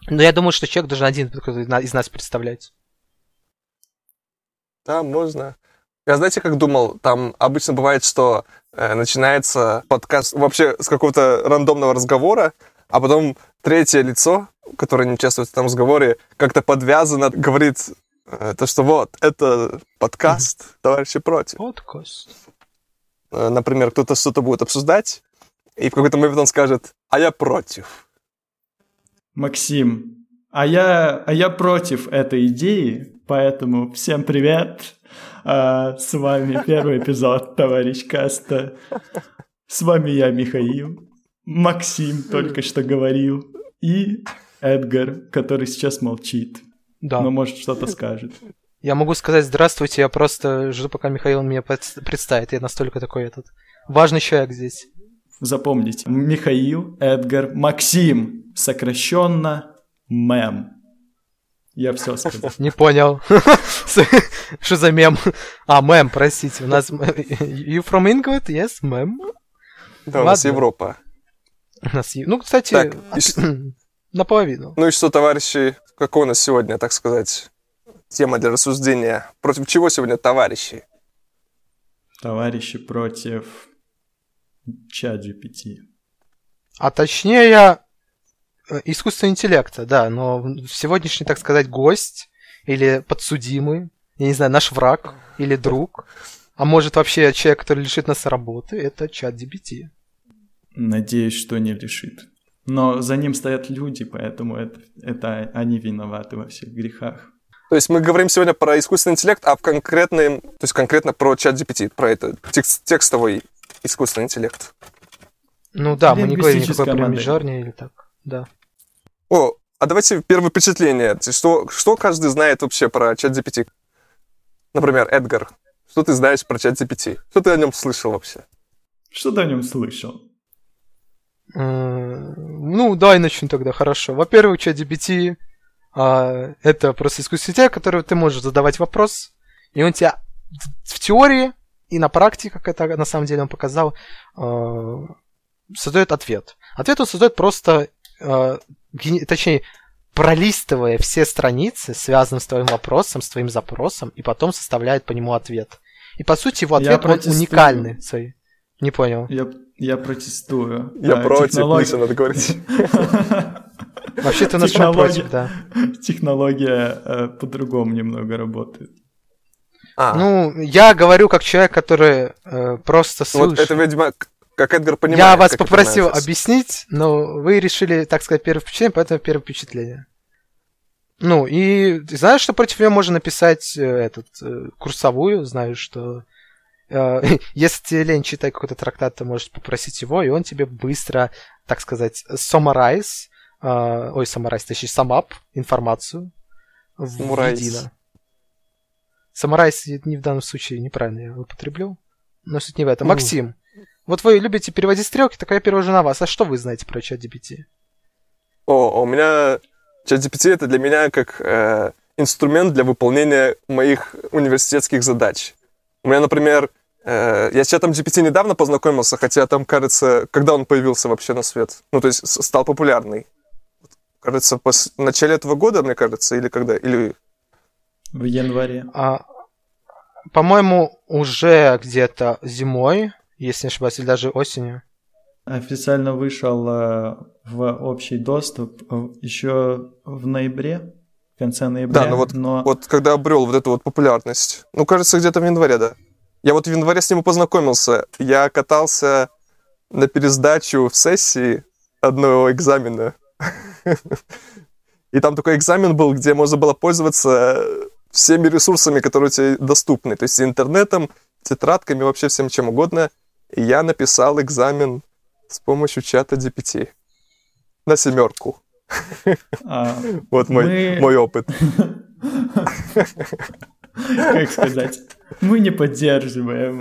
Но я думаю, что человек должен один из нас представлять. Да, можно. Я, знаете, как думал, там обычно бывает, что начинается подкаст вообще с какого-то рандомного разговора, а потом третье лицо, которое не участвует в этом разговоре, как-то подвязано, говорит то, что вот, это подкаст «Товарищи против». Подкаст. Например, кто-то что-то будет обсуждать, и в какой-то момент он скажет «а я против». Максим, а я против этой идеи, поэтому всем привет. С вами первый эпизод «Товарищ Каста». С вами я, Михаил. Максим только что говорил. И Эдгар, который сейчас молчит. Да. Но, может, что-то скажет. Я могу сказать здравствуйте, я просто жду, пока Михаил меня представит. Я настолько такой важный человек здесь. Запомните. Михаил, Эдгар, Максим. Сокращенно МЭМ. Я все сказал. Не понял. Что за мем? Мем, простите. У нас... You from England? Yes, мем. Да, у нас Европа. Ну, кстати, наполовину. Ну и что, товарищи, какой у нас сегодня, так сказать, тема для рассуждения? Против чего сегодня товарищи? Товарищи против ChatGPT. А точнее, искусственного интеллекта, да, но сегодняшний, так сказать, гость или подсудимый, я не знаю, наш враг или друг, а может вообще человек, который лишит нас работы, это ChatGPT. Надеюсь, что не лишит. Но за ним стоят люди, поэтому это они виноваты во всех грехах. То есть мы говорим сегодня про искусственный интеллект, а конкретно про ChatGPT, про это текстовый искусственный интеллект. Ну да, мы не говорим никакой про Midjourney или так, да. А давайте первое впечатление. Что каждый знает вообще про ChatGPT? Например, Эдгар, что ты знаешь про ChatGPT? Что ты о нем слышал вообще? Что ты о нем слышал? Ну, давай начнем тогда, хорошо. Во-первых, ChatGPT это просто искусственный интеллект, который ты можешь задавать вопрос, и он тебя в теории и на практике, как это на самом деле он показал, создает ответ. Ответ он создает просто, точнее, пролистывая все страницы, связанные с твоим вопросом, с твоим запросом, и потом составляет по нему ответ. И по сути его ответ он уникальный. Не понял. Я протестую. Я против, Миша, надо говорить. Вообще ты нашел против, да. Технология по-другому немного работает. Ну, я говорю как человек, который просто слышит. Вот это, видимо, как Эдгар понимает. Я вас попросил объяснить, но вы решили, так сказать, первое впечатление, поэтому первое впечатление. Ну, и знаешь, что против него можно написать курсовую, знаю, что если тебе лень читать какой-то трактат, ты можешь попросить его, и он тебе быстро, так сказать, summarize, точнее, sum up информацию воедино. Summarize не в данном случае неправильно я употреблю, но суть не в этом. Максим, вот вы любите переводить стрелки, так я перевожу на вас. А что вы знаете про ChatGPT? У меня ChatGPT это для меня как инструмент для выполнения моих университетских задач. У меня, например, я с чатом GPT недавно познакомился, хотя там, кажется, когда он появился вообще на свет? Ну, то есть стал популярный. Кажется, в начале этого года, мне кажется, или когда? Или... В январе. По-моему, уже где-то зимой, если не ошибаюсь, или даже осенью. Официально вышел в общий доступ еще в ноябре, в конце ноября. Да, вот когда обрел вот эту вот популярность. Ну, кажется, где-то в январе, да. Я вот в январе с ним познакомился. Я катался на пересдачу в сессии одного экзамена. И там такой экзамен был, где можно было пользоваться всеми ресурсами, которые тебе доступны. То есть интернетом, тетрадками, вообще всем чем угодно. И я написал экзамен с помощью чата GPT. На 7. Вот мой опыт. Как сказать? Мы не поддерживаем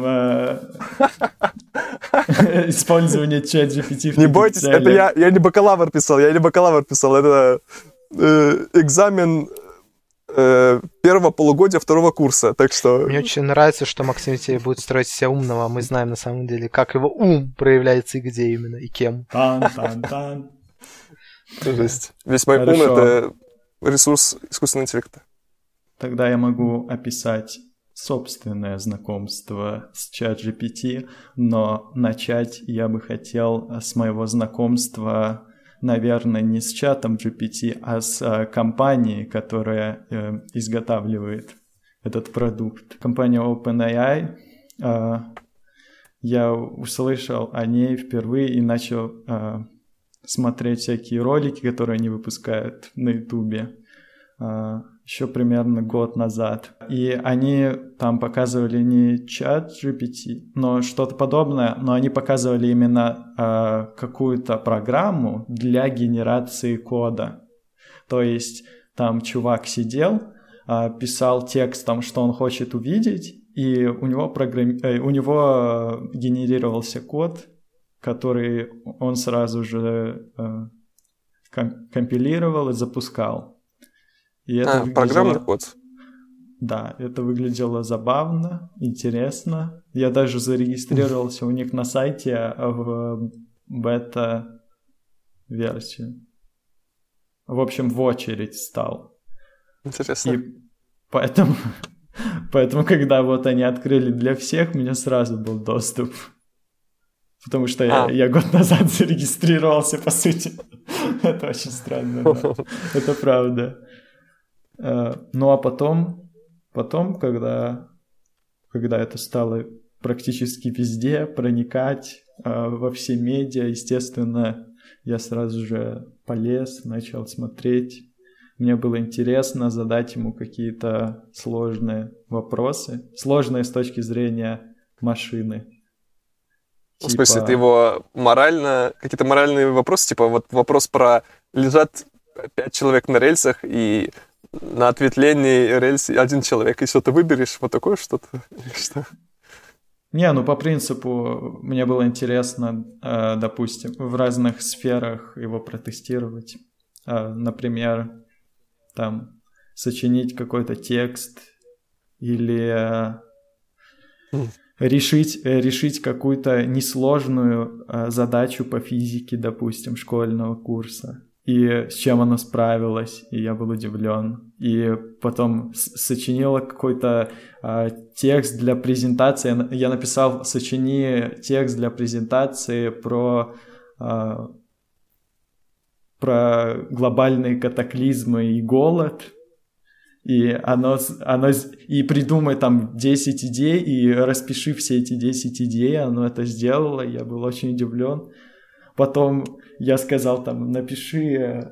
использование ChatGPT. Не бойтесь, это я не бакалавр писал, это экзамен первого полугодия 2 курса, так что... Мне очень нравится, что Максим тебе будет строить себя умного, а мы знаем на самом деле, как его ум проявляется и где именно, и кем. Тан-тан-тан. Жесть. Весь мой ум — это ресурс искусственного интеллекта. Тогда я могу описать собственное знакомство с ChatGPT, но начать я бы хотел с моего знакомства, наверное, не с чатом GPT, а с компанией, которая изготавливает этот продукт. Компания OpenAI. Я услышал о ней впервые и начал смотреть всякие ролики, которые они выпускают на Ютубе еще примерно год назад. И они там показывали не чат GPT, но что-то подобное, но они показывали именно какую-то программу для генерации кода. То есть там чувак сидел, писал текстом, что он хочет увидеть, и у него генерировался код, который он сразу же компилировал и запускал. И это программный код. Да, это выглядело забавно, интересно. Я даже зарегистрировался у них на сайте в бета-версию. В общем, в очередь стал. Интересно. И поэтому, когда вот они открыли для всех, у меня сразу был доступ. Потому что я год назад зарегистрировался, по сути. Это очень странно, да. Это правда. Ну а потом, когда это стало практически везде проникать во все медиа, естественно, я сразу же полез, начал смотреть. Мне было интересно задать ему какие-то сложные вопросы, сложные с точки зрения машины. В смысле, ты его какие-то моральные вопросы, типа вот вопрос про лежат 5 человек на рельсах, и на ответвлении рельс 1 человек, и что ты выберешь, вот такое что-то? Что? Не, ну по принципу мне было интересно, допустим, в разных сферах его протестировать. Например, там сочинить какой-то текст или решить какую-то несложную задачу по физике, допустим, школьного курса. И с чем она справилась, и я был удивлен. И потом сочинила какой-то текст для презентации. Я написал «Сочини текст для презентации про глобальные катаклизмы и голод». И и придумай там 10 идей, и распиши все эти 10 идей. Оно это сделало, я был очень удивлен. Потом я сказал там, напиши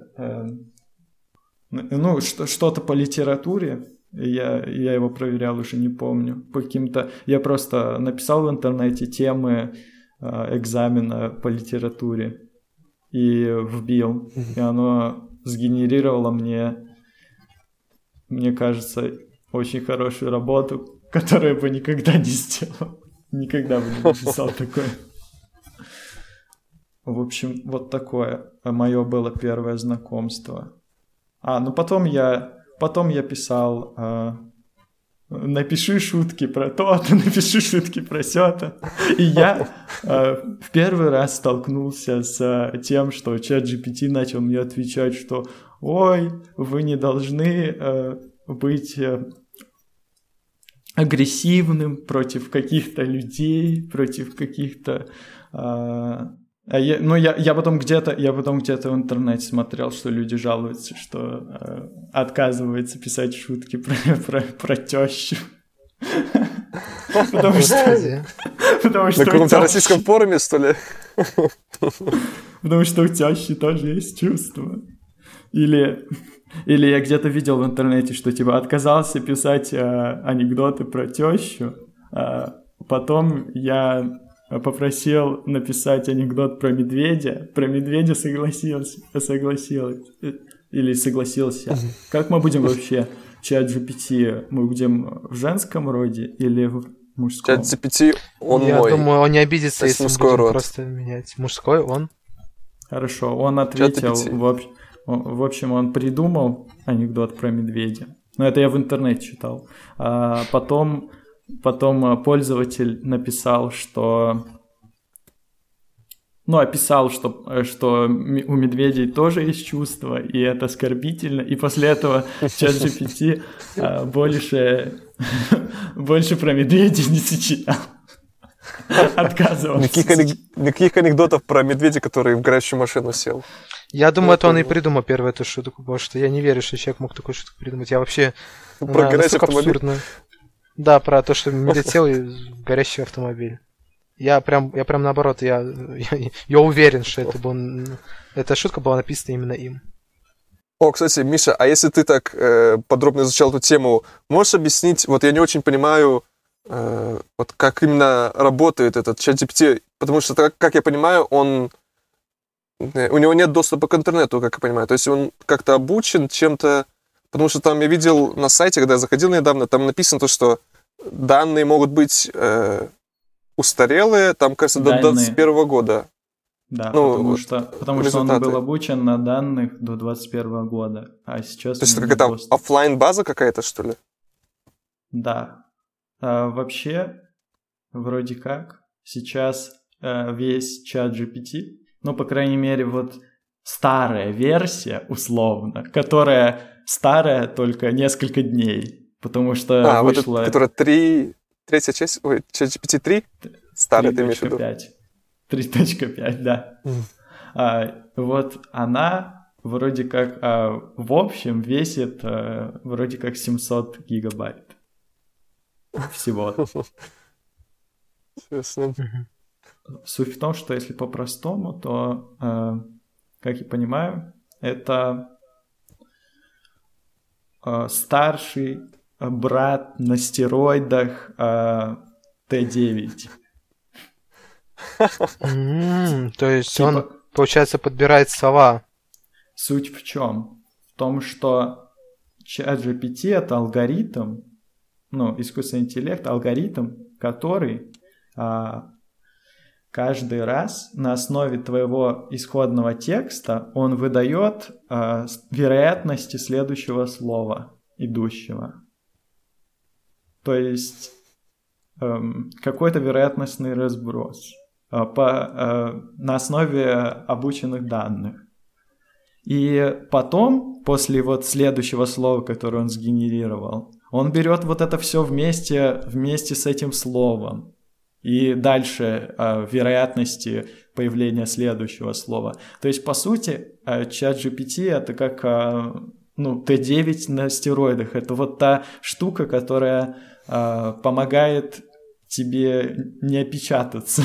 что-то по литературе. Я его проверял, уже не помню. Я просто написал в интернете темы экзамена по литературе и вбил. И оно сгенерировало мне кажется, очень хорошую работу, которую бы никогда не сделал. Никогда бы не написал такое. В общем, вот такое мое было первое знакомство. Потом я писал, напиши шутки про то-то, напиши шутки про сё-то. И я в первый раз столкнулся с тем, что ChatGPT начал мне отвечать, что «Ой, вы не должны быть агрессивным против каких-то людей, против каких-то...» Я потом где-то в интернете смотрел, что люди жалуются, что отказывается писать шутки про тещу. Потому что на каком-то российском форуме, что ли? Потому что у тещи тоже есть чувства. Или я где-то видел в интернете, что типа отказался писать анекдоты про тещу, потом я попросил написать анекдот про медведя. Про медведя согласился. Как мы будем вообще ChatGPT? Мы будем в женском роде или в мужском? ChatGPT, он Я мой. думаю, он не обидится, если мы будем род. просто менять. Мужской он. Хорошо, он ответил. В общем, он придумал анекдот про медведя. Но это я в интернете читал. Потом пользователь написал, что описал, что у медведей тоже есть чувства, и это оскорбительно. И после этого ChatGPT больше про медведей не сочинял. Отказывался. Никаких анекдотов про медведя, который в горящую машину сел. Я думаю, это он и придумал первую эту шутку, потому что я не верю, что человек мог такую шутку придумать. Я вообще... Про горящий автомобиль? Абсурдно. Да, про то, что медведь сел в горящий автомобиль. Я прям наоборот, я уверен, что эта шутка была написана именно им. О, кстати, Миша, а если ты так подробно изучал эту тему, можешь объяснить, вот я не очень понимаю, вот как именно работает этот ChatGPT, потому что, как я понимаю, у него нет доступа к интернету, как я понимаю, то есть он как-то обучен чем-то, потому что там я видел на сайте, когда я заходил недавно, там написано то, что данные могут быть устарелые, там, кажется, до 2021 года. Да, потому что он был обучен на данных до 2021 года, а сейчас... То есть это какая-то офлайн-база какая-то, что ли? Да. Вообще, вроде как, сейчас весь ChatGPT, по крайней мере, вот старая версия, условно, которая старая только несколько дней, потому что вышла... вот это, которая третья часть, ChatGPT 3? Старая, ты имеешь в виду? 3.5, да. Вот она вроде как в общем весит вроде как 700 гигабайт всего. Интересно. Суть в том, что если по-простому, то, как я понимаю, это старший брат на стероидах Т9. То есть он, получается, подбирает слова. Суть в чем? В том, что ChatGPT — это алгоритм, искусственный интеллект, алгоритм, который каждый раз на основе твоего исходного текста он выдает вероятности следующего слова, идущего. То есть какой-то вероятностный разброс на основе обученных данных. И потом, после вот следующего слова, которое он сгенерировал, он берет вот это все вместе с этим словом. И дальше вероятности появления следующего слова. То есть, по сути, ChatGPT — это как Т9 на стероидах. Это вот та штука, которая помогает тебе не опечататься.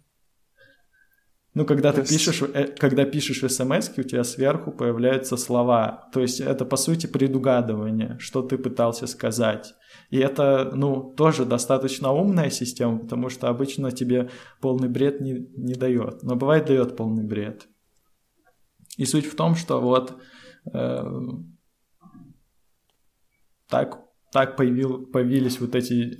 Когда ты пишешь смс-ки, у тебя сверху появляются слова. То есть это, по сути, предугадывание, что ты пытался сказать. И это, тоже достаточно умная система, потому что обычно тебе полный бред не дает. Но бывает дает полный бред. И суть в том, что вот так появились вот эти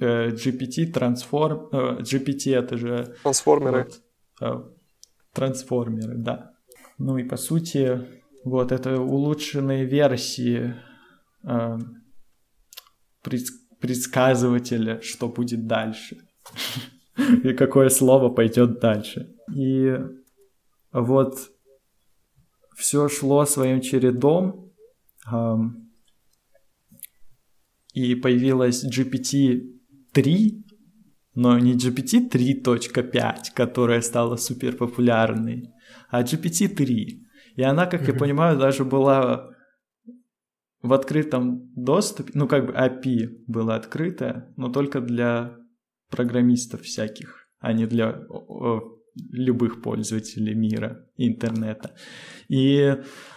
GPT это же... Трансформеры. Трансформеры, да. И по сути, вот это улучшенные версии предсказывателя, что будет дальше. И какое слово пойдет дальше. И вот все шло своим чередом, и появилась GPT-3, но не GPT 3.5, которая стала супер популярной, а GPT-3. И она, как я понимаю, даже была в открытом доступе, API была открытая, но только для программистов всяких, а не для любых пользователей мира, интернета. И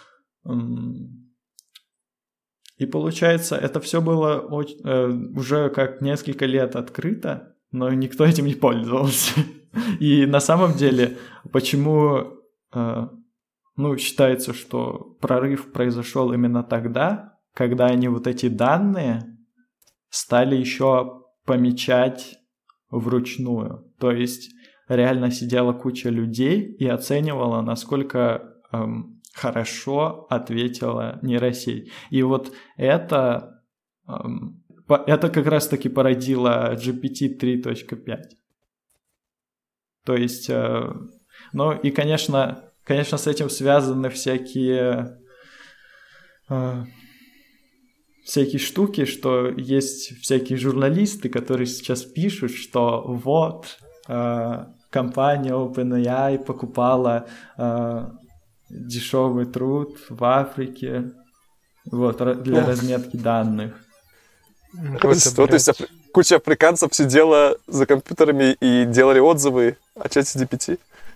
получается, это все было уже как несколько лет открыто, но никто этим не пользовался. И на самом деле, почему считается, что прорыв произошел именно тогда, когда они вот эти данные стали еще помечать вручную. То есть реально сидела куча людей и оценивала, насколько хорошо ответила нейросеть. И вот это как раз-таки породило GPT 3.5. То есть Ну и, конечно, с этим связаны всякие штуки, что есть всякие журналисты, которые сейчас пишут, что вот компания OpenAI покупала дешевый труд в Африке вот, для разметки данных. То есть куча африканцев сидела за компьютерами и делали отзывы о чате GPT?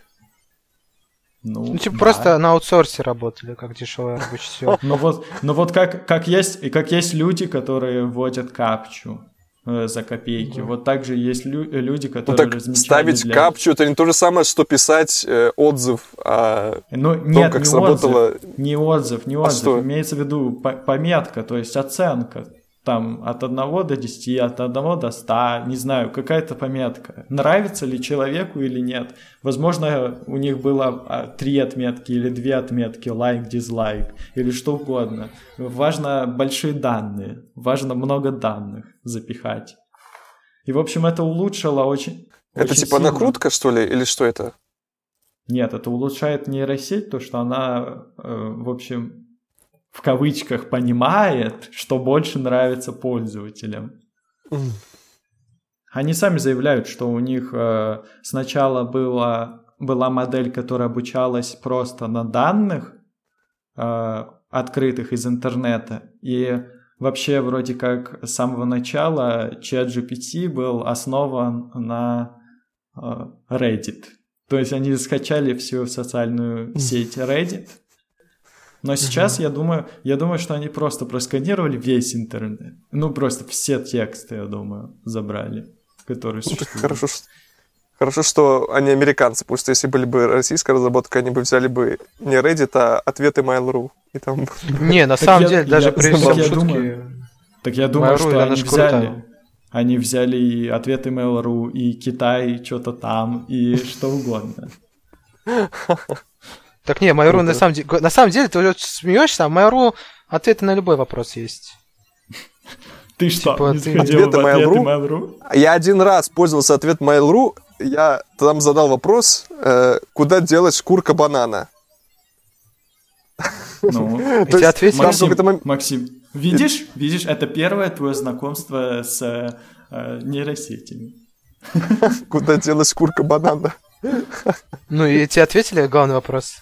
Ну, типа просто на аутсорсе работали, как дешевая рабочая сила. Ну вот как есть люди, которые вводят капчу за копейки, вот так же есть люди, которые размечали... Ставить капчу — это не то же самое, что писать отзыв о том, как сработало... Не отзыв, имеется в виду пометка, то есть оценка. Там от 1 до 10, от 1 до 100, не знаю, какая-то пометка. Нравится ли человеку или нет. Возможно, у них было 3 отметки или 2 отметки, лайк, дизлайк, или что угодно. Важно большие данные, важно много данных запихать. И, в общем, это улучшило очень Это типа сильно. накрутка, что ли, или что это? Нет, это улучшает нейросеть, то, что она, в общем... в кавычках, понимает, что больше нравится пользователям. Они сами заявляют, что у них сначала была модель, которая обучалась просто на данных, открытых из интернета, и вообще вроде как с самого начала ChatGPT был основан на Reddit. То есть они скачали всю социальную сеть Reddit. Но сейчас я думаю, что они просто просканировали весь интернет. Ну, просто все тексты, я думаю, забрали, которые существуют. Хорошо, что они американцы, потому что если были бы российская разработка, они бы взяли бы не Reddit, а ответы Mail.ru. И там... Не, на самом деле, даже при всем шутке... Так я думаю, что они взяли и ответы Mail.ru, и Китай, и что-то там, и что угодно. Так не, Mail.ru на самом деле, ты уже смеешься, а Mail.ru ответы на любой вопрос есть. Ты что, не заходил в ответы Mail.ru? Я один раз пользовался ответ Mail.ru, я там задал вопрос, куда делать шкурка банана. Ну, эти ответили. Максим, видишь, это первое твое знакомство с нейросетями. Куда делать шкурка банана? Ну, и тебе ответили главный вопрос?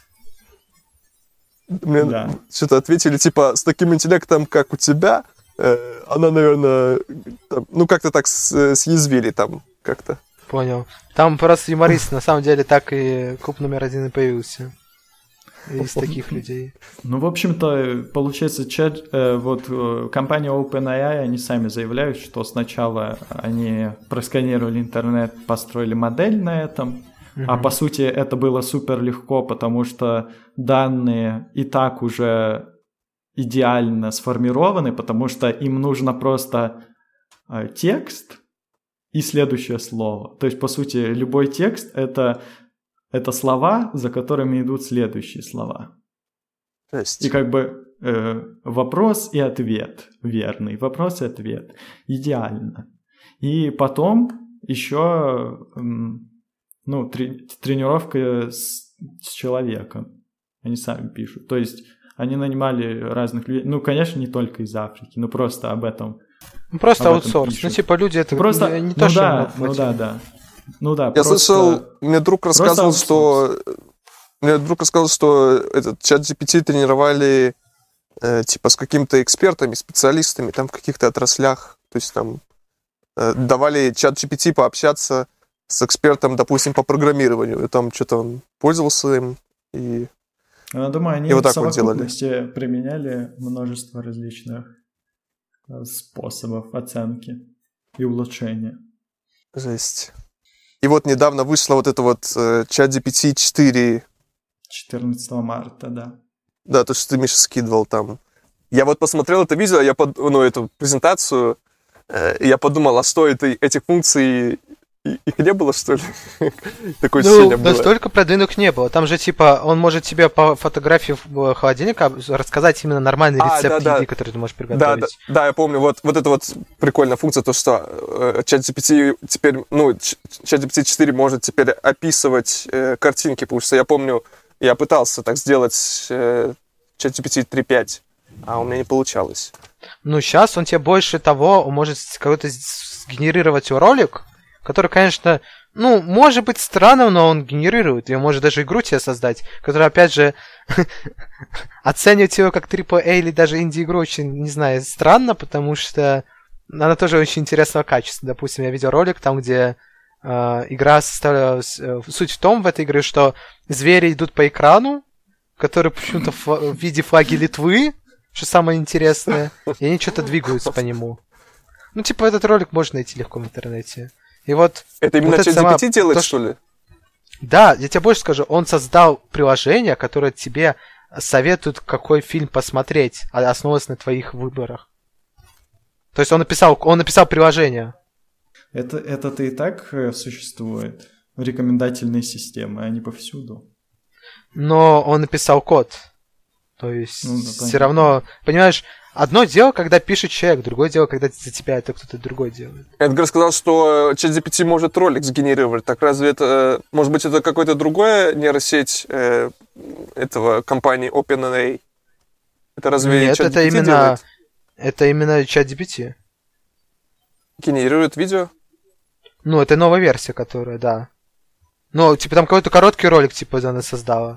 Мне что-то ответили, типа, с таким интеллектом, как у тебя, она, наверное, там, ну, как-то так съязвили там, как-то. Понял. Там просто юморист, на самом деле, так и клуб номер 1 и появился. Из таких людей. Ну, в общем-то, получается, компания OpenAI, они сами заявляют, что сначала они просканировали интернет, построили модель на этом, а по сути это было супер легко, потому что данные и так уже идеально сформированы, потому что им нужно просто текст и следующее слово. То есть, по сути, любой текст — это слова, за которыми идут следующие слова. И как бы вопрос и ответ верный, вопрос и ответ. Идеально. И потом еще тренировка с человеком. Они сами пишут. То есть они нанимали разных людей. Ну, конечно, не только из Африки, но просто об этом. Ну, просто аутсорс. Ну, типа люди это просто не то, что... Ну да. Я слышал, мне друг рассказывал, что этот чат GPT тренировали типа с какими-то экспертами, специалистами там в каких-то отраслях. То есть там давали чат GPT пообщаться с экспертом, допустим, по программированию. И там что-то он пользовался им. И я думаю, они вот в совокупности применяли множество различных способов оценки и улучшения. Жесть. И вот недавно вышло вот это вот ChatGPT 4. 14 марта, да. Да, то, что ты, Миша, скидывал там. Я вот посмотрел это видео, эту презентацию, и я подумал, а что этих функций их не было, что ли? Такое ощущение было. Настолько продвинутых не было. Там же, типа, он может тебе по фотографии холодильника рассказать именно нормальный рецепт еды, который ты можешь приготовить. Да, я помню. Вот это вот прикольная функция, то, что ChatGPT теперь, ChatGPT 4 может теперь описывать картинки, потому что я помню, я пытался так сделать ChatGPT 3.5, а у меня не получалось. Сейчас он тебе больше того, он может какой-то сгенерировать ролик, который, конечно, может быть странным, но он генерирует. И может даже игру тебе создать, которая, опять же, оценивать его как AAA или даже инди-игру очень, не знаю, странно, потому что она тоже очень интересного качества. Допустим, я видел ролик там, где игра составлялась... Суть в том в этой игре, что звери идут по экрану, которые почему-то в виде флаги Литвы, что самое интересное, и они что-то двигаются по нему. Этот ролик можно найти легко в интернете. И вот... Это именно ChatGPT делает, что ли? Да, я тебе больше скажу, он создал приложение, которое тебе советует, какой фильм посмотреть, основываясь на твоих выборах. То есть он написал приложение. Это и так существует в рекомендательной системе, а не повсюду. Но он написал код. То есть все равно, понимаешь, одно дело, когда пишет человек, другое дело, когда за тебя это кто-то другой делает. Эдгар сказал, что ChatGPT может ролик сгенерировать. Так разве это... Может быть, это какая-то другая нейросеть этого компании OpenAI? Это разве Нет, ChatGPT делает? Это именно ChatGPT. Генерирует видео? Это новая версия, которая, да. Там какой-то короткий ролик, она создала.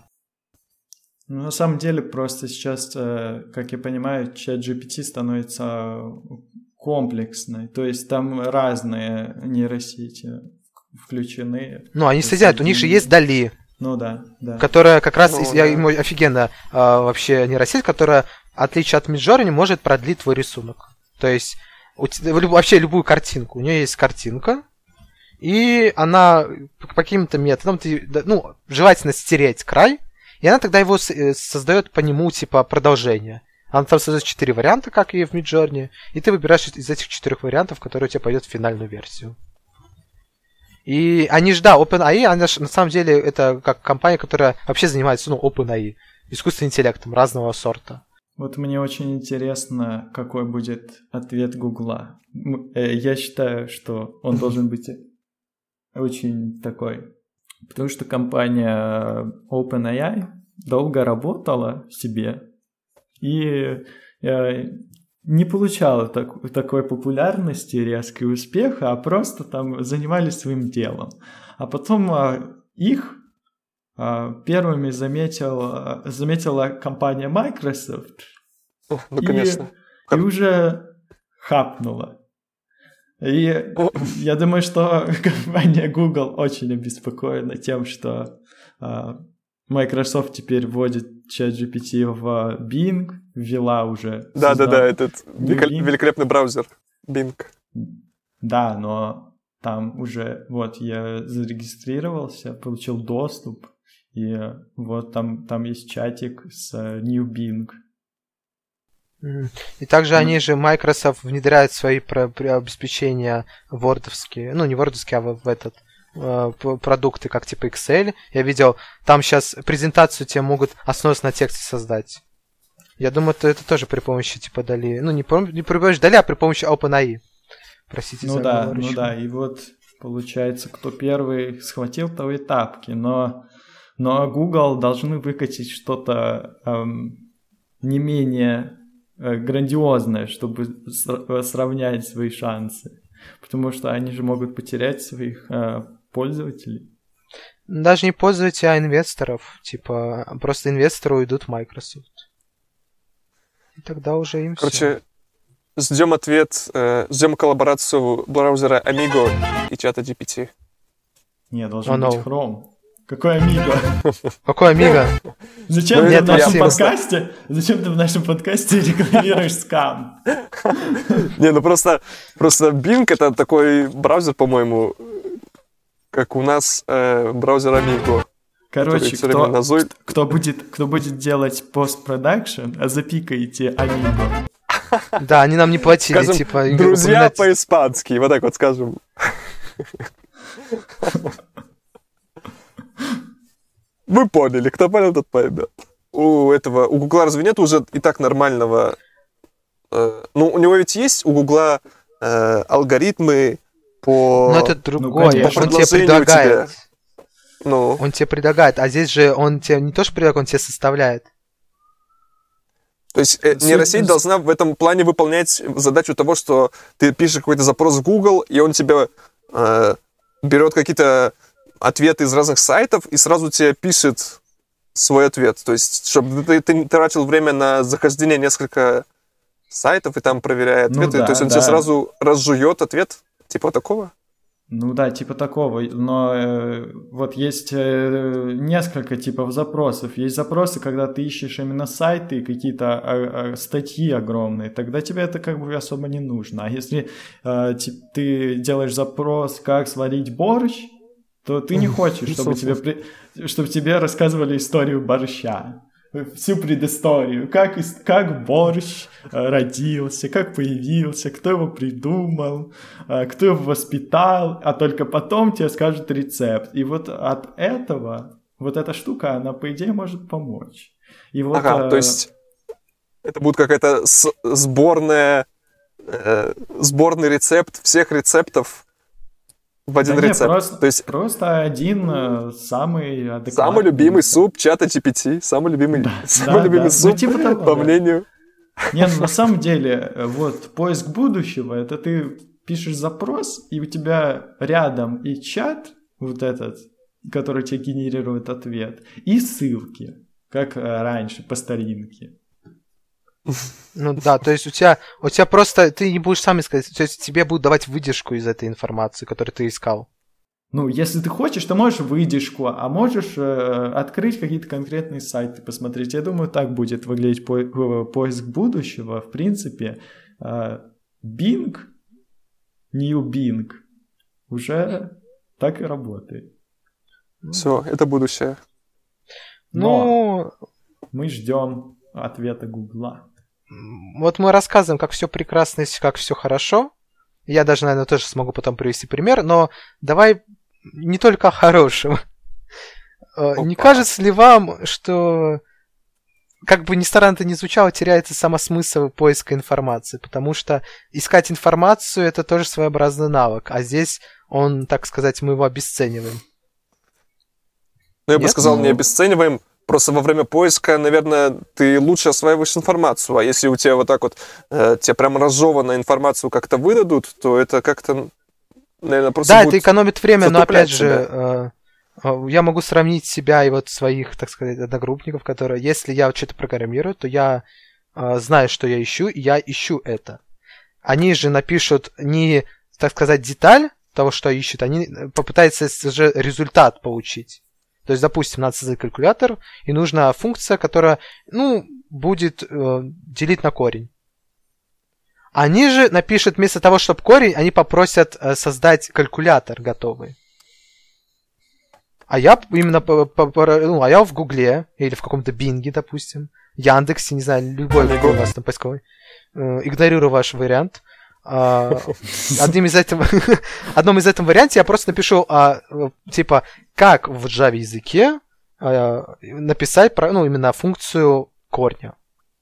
На самом деле, просто сейчас, как я понимаю, ChatGPT становится комплексной. То есть там разные нейросети включены. Они соединяют. У них же есть DALL-E. Да. Которая как раз, ему офигенно вообще нейросеть, которая, в отличие от Midjourney, может продлить твой рисунок. То есть, вообще любую картинку. У нее есть картинка, и она по каким-то методам, желательно стереть край, и она тогда его создает по нему, продолжение. Она там создает 4 варианта, как и в Midjourney, и ты выбираешь из этих 4 вариантов, которые у тебя пойдет в финальную версию. И они же, OpenAI, она же, на самом деле, это как компания, которая вообще занимается, OpenAI, искусственным интеллектом разного сорта. Вот мне очень интересно, какой будет ответ Гугла. Я считаю, что он должен быть очень такой... Потому что компания OpenAI долго работала себе и не получала такой популярности, резкого успеха, а просто там занимались своим делом. А потом их первыми заметила компания Microsoft и уже хапнула. И я думаю, что компания Google очень обеспокоена тем, что Microsoft теперь вводит ChatGPT в Bing, ввела уже... Да, этот великолепный браузер Bing. Да, но там уже... я зарегистрировался, получил доступ, и там есть чатик с New Bing. И также они же, Microsoft, внедряют свои обеспечения вордовские, не вордовские, а в этот продукты, как типа Excel. Я видел, там сейчас презентацию тебе могут основываясь на тексте создать. Я думаю, это тоже при помощи DALL-E. Не при помощи DALL-E, а при помощи OpenAI. Простите за оговорочку. И получается, кто первый схватил, того и тапки. Но Google должны выкатить что-то не менее грандиозное, чтобы сравнять свои шансы. Потому что они же могут потерять своих пользователей. Даже не пользователей, а инвесторов. Просто инвесторы уйдут в Microsoft. И тогда уже им все. Ждем коллаборацию браузера Amigo и чата GPT. Не, должен быть Chrome. Какой Amigo? Какой Amigo? Зачем ты в нашем подкасте рекламируешь скам? Просто Bing это такой браузер, по-моему, как у нас браузер Amigo. Короче, кто будет делать постпродакшн, запикайте Amigo. Да, они нам не платили, скажем, друзья по-испански, вот так вот скажем. Вы поняли, кто понял, тот поймет. У Гугла разве нет уже и так нормального... Ну, у него ведь есть у Гугла алгоритмы по... Но это другое, конечно. он тебе предлагает. Ну, Он тебе предлагает, а здесь же он тебе не то что предлагает, он тебе составляет. то есть нейросеть должна в этом плане выполнять задачу того, что ты пишешь какой-то запрос в Google, и он тебе берет какие-то ответы из разных сайтов и сразу тебе пишет свой ответ. То есть, чтобы ты не тратил время на захождение несколько сайтов и там проверяя Ну ответы. да, То есть он да. тебе сразу разжует ответ, типа такого. Ну да, типа такого, но вот есть несколько типов запросов. Есть запросы, когда ты ищешь именно сайты, какие-то статьи огромные, тогда тебе это как бы особо не нужно. А если ты делаешь запрос, как сварить борщ, то ты не хочешь, чтобы тебе рассказывали историю борща. Всю предысторию, как борщ родился, как появился, кто его придумал, кто его воспитал, а только потом тебе скажут рецепт. И вот от этого, вот эта штука, она, по идее, может помочь. И вот, Ага, то есть это будет какая-то сборный рецепт всех рецептов в один да рецепт. Нет, То есть просто один самый адекватный. самый любимый рецепт. суп чата GPT, самый любимый да. суп, Ну, типа того, по да. мнению. Не, ну на самом деле, вот поиск будущего, это ты пишешь запрос, и у тебя рядом и чат, вот этот, который тебе генерирует ответ, и ссылки, как раньше, по старинке. Ну да, то есть у тебя просто, ты не будешь сам искать, то есть тебе будут давать выдержку из этой информации, которую ты искал. Ну, если ты хочешь, то можешь выдержку, а можешь открыть какие-то конкретные сайты, посмотреть. Я думаю, так будет выглядеть поиск будущего. В принципе, Bing, New Bing, уже так и работает. Все, это будущее. Ну, Мы ждем ответа Гугла. вот мы рассказываем, как все прекрасно и как все хорошо. Я даже, наверное, тоже смогу потом привести пример, но давай не только о хорошем. Не кажется ли вам, что, как бы ни странно это ни звучало, теряется сама смысл поиска информации? Потому что искать информацию — это тоже своеобразный навык, а здесь он, так сказать, мы его обесцениваем. Ну, я бы Нет? сказал, не обесцениваем. Просто во время поиска, наверное, ты лучше осваиваешь информацию. А если у тебя вот так вот, тебе прям разжеванную информацию как-то выдадут, то это как-то, наверное, просто Да, будет это экономит время, но опять затуплять же, я могу сравнить себя и вот своих, так сказать, одногруппников, которые, если я что-то программирую, то я знаю, что я ищу, и я ищу это. Они же напишут не, так сказать, деталь того, что ищут, они попытаются же результат получить. То есть, допустим, надо создать калькулятор, и нужна функция, которая, будет делить на корень. Они же напишут вместо того, чтобы корень, они попросят создать калькулятор готовый. А я именно, а я в Гугле, или в каком-то Бинге, допустим, Яндексе, не знаю, любой у вас там поисковой, игнорирую ваш вариант. Одном из этом варианте я просто напишу, типа, как в Java языке написать, именно функцию корня.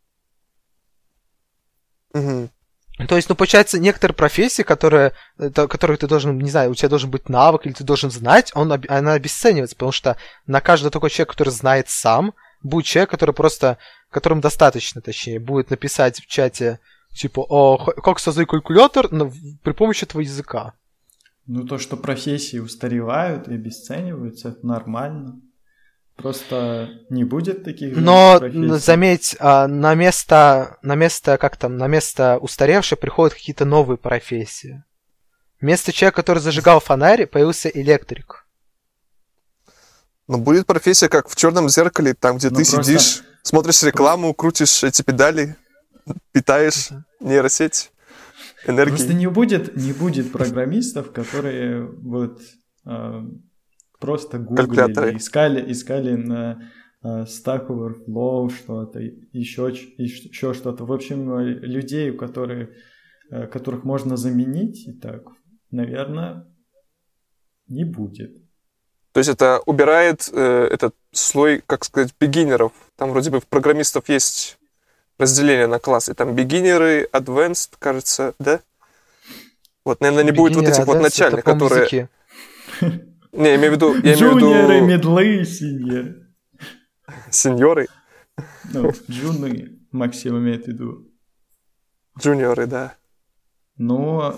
Угу. То есть, получается, некоторые профессии, которых ты должен, не знаю, у тебя должен быть навык, или ты должен знать, она обесценивается, потому что на каждого такой человек, который знает сам, будет человек, которому достаточно, точнее, будет написать в чате, типа, как создать калькулятор при помощи этого языка. Ну, то, что профессии устаревают и обесцениваются, это нормально. Просто не будет таких Но, профессий. заметь, на место устаревшей приходят какие-то новые профессии. Вместо человека, который зажигал фонарь, появился электрик. Ну, будет профессия, как в «Черном зеркале», там, где ты сидишь, смотришь рекламу, крутишь эти педали, питаешь нейросеть энергией. Просто не будет программистов, которые вот просто гуглили, искали на Stack Overflow что-то, еще что-то. В общем, людей, которых можно заменить, и так, наверное, не будет. То есть это убирает этот слой, как сказать, бигинеров. Там вроде бы в программистов есть разделение на классы. Там бигинеры, advanced, кажется, да? Вот, наверное, не будет вот этих вот начальных, которые... Не, я имею в виду... Джуниоры, медлы, сеньоры. Сеньоры? Ну, джуны, Максим имеет в виду. Джуниоры, да. Но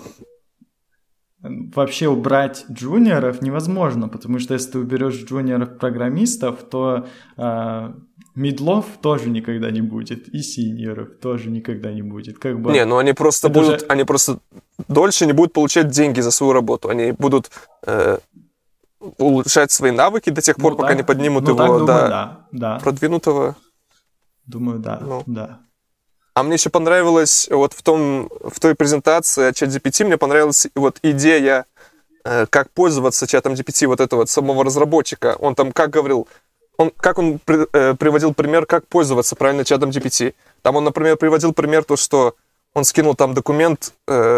вообще убрать джуниоров невозможно, потому что если ты уберешь джуниоров-программистов, то мидлов тоже никогда не будет, и синьоров тоже никогда не будет. Как бы... Не, ну они просто будут, они просто дольше не будут получать деньги за свою работу. Они будут улучшать свои навыки до тех пор, пока не поднимут его до продвинутого. Думаю, да, да. А мне еще понравилось вот в той презентации от ChatGPT, мне понравилась вот идея, как пользоваться чатом GPT, вот этого вот самого разработчика. Он там как говорил, он приводил пример, как пользоваться правильно чатом GPT. Там он, например, приводил пример то, что он скинул там документ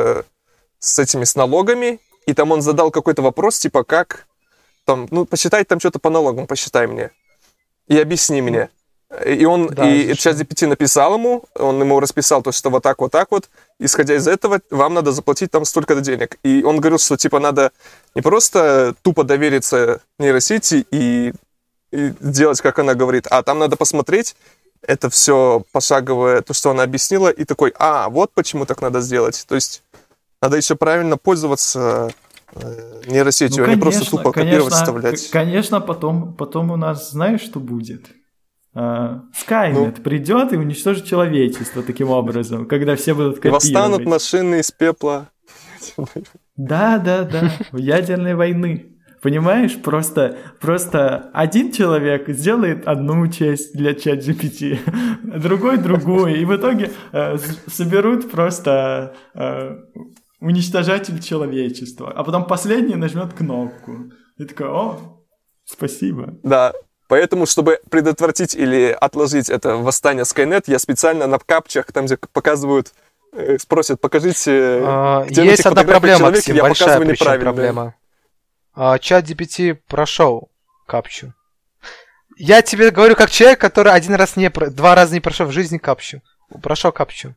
с налогами, и там он задал какой-то вопрос, типа как там, посчитай там что-то по налогам, посчитай мне и объясни мне. И ChatGPT написал ему, он ему расписал то, что вот так, исходя из этого, вам надо заплатить там столько-то денег. И он говорил, что типа надо не просто тупо довериться нейросети и делать, как она говорит, а там надо посмотреть это все пошаговое, то, что она объяснила, и такой, вот почему так надо сделать. То есть надо еще правильно пользоваться нейросетью, а не просто тупо копировать, вставлять. Конечно, потом у нас, знаешь, что будет? Skynet придет и уничтожит человечество таким образом, когда все будут копировать. Восстанут машины из пепла. Да, ядерной войны. Понимаешь, просто один человек сделает одну часть для ChatGPT, другой другую, и в итоге соберут просто уничтожатель человечества, а потом последний нажмет кнопку. И такой, спасибо. Да. Поэтому, чтобы предотвратить или отложить это восстание Skynet, я специально на капчах, там, где показывают, спросят, покажите, где есть одна проблема, Максим, я большая показываю неправильно. Проблема. ChatGPT прошел капчу. Я тебе говорю как человек, который два раза не прошел в жизни капчу. Прошел капчу.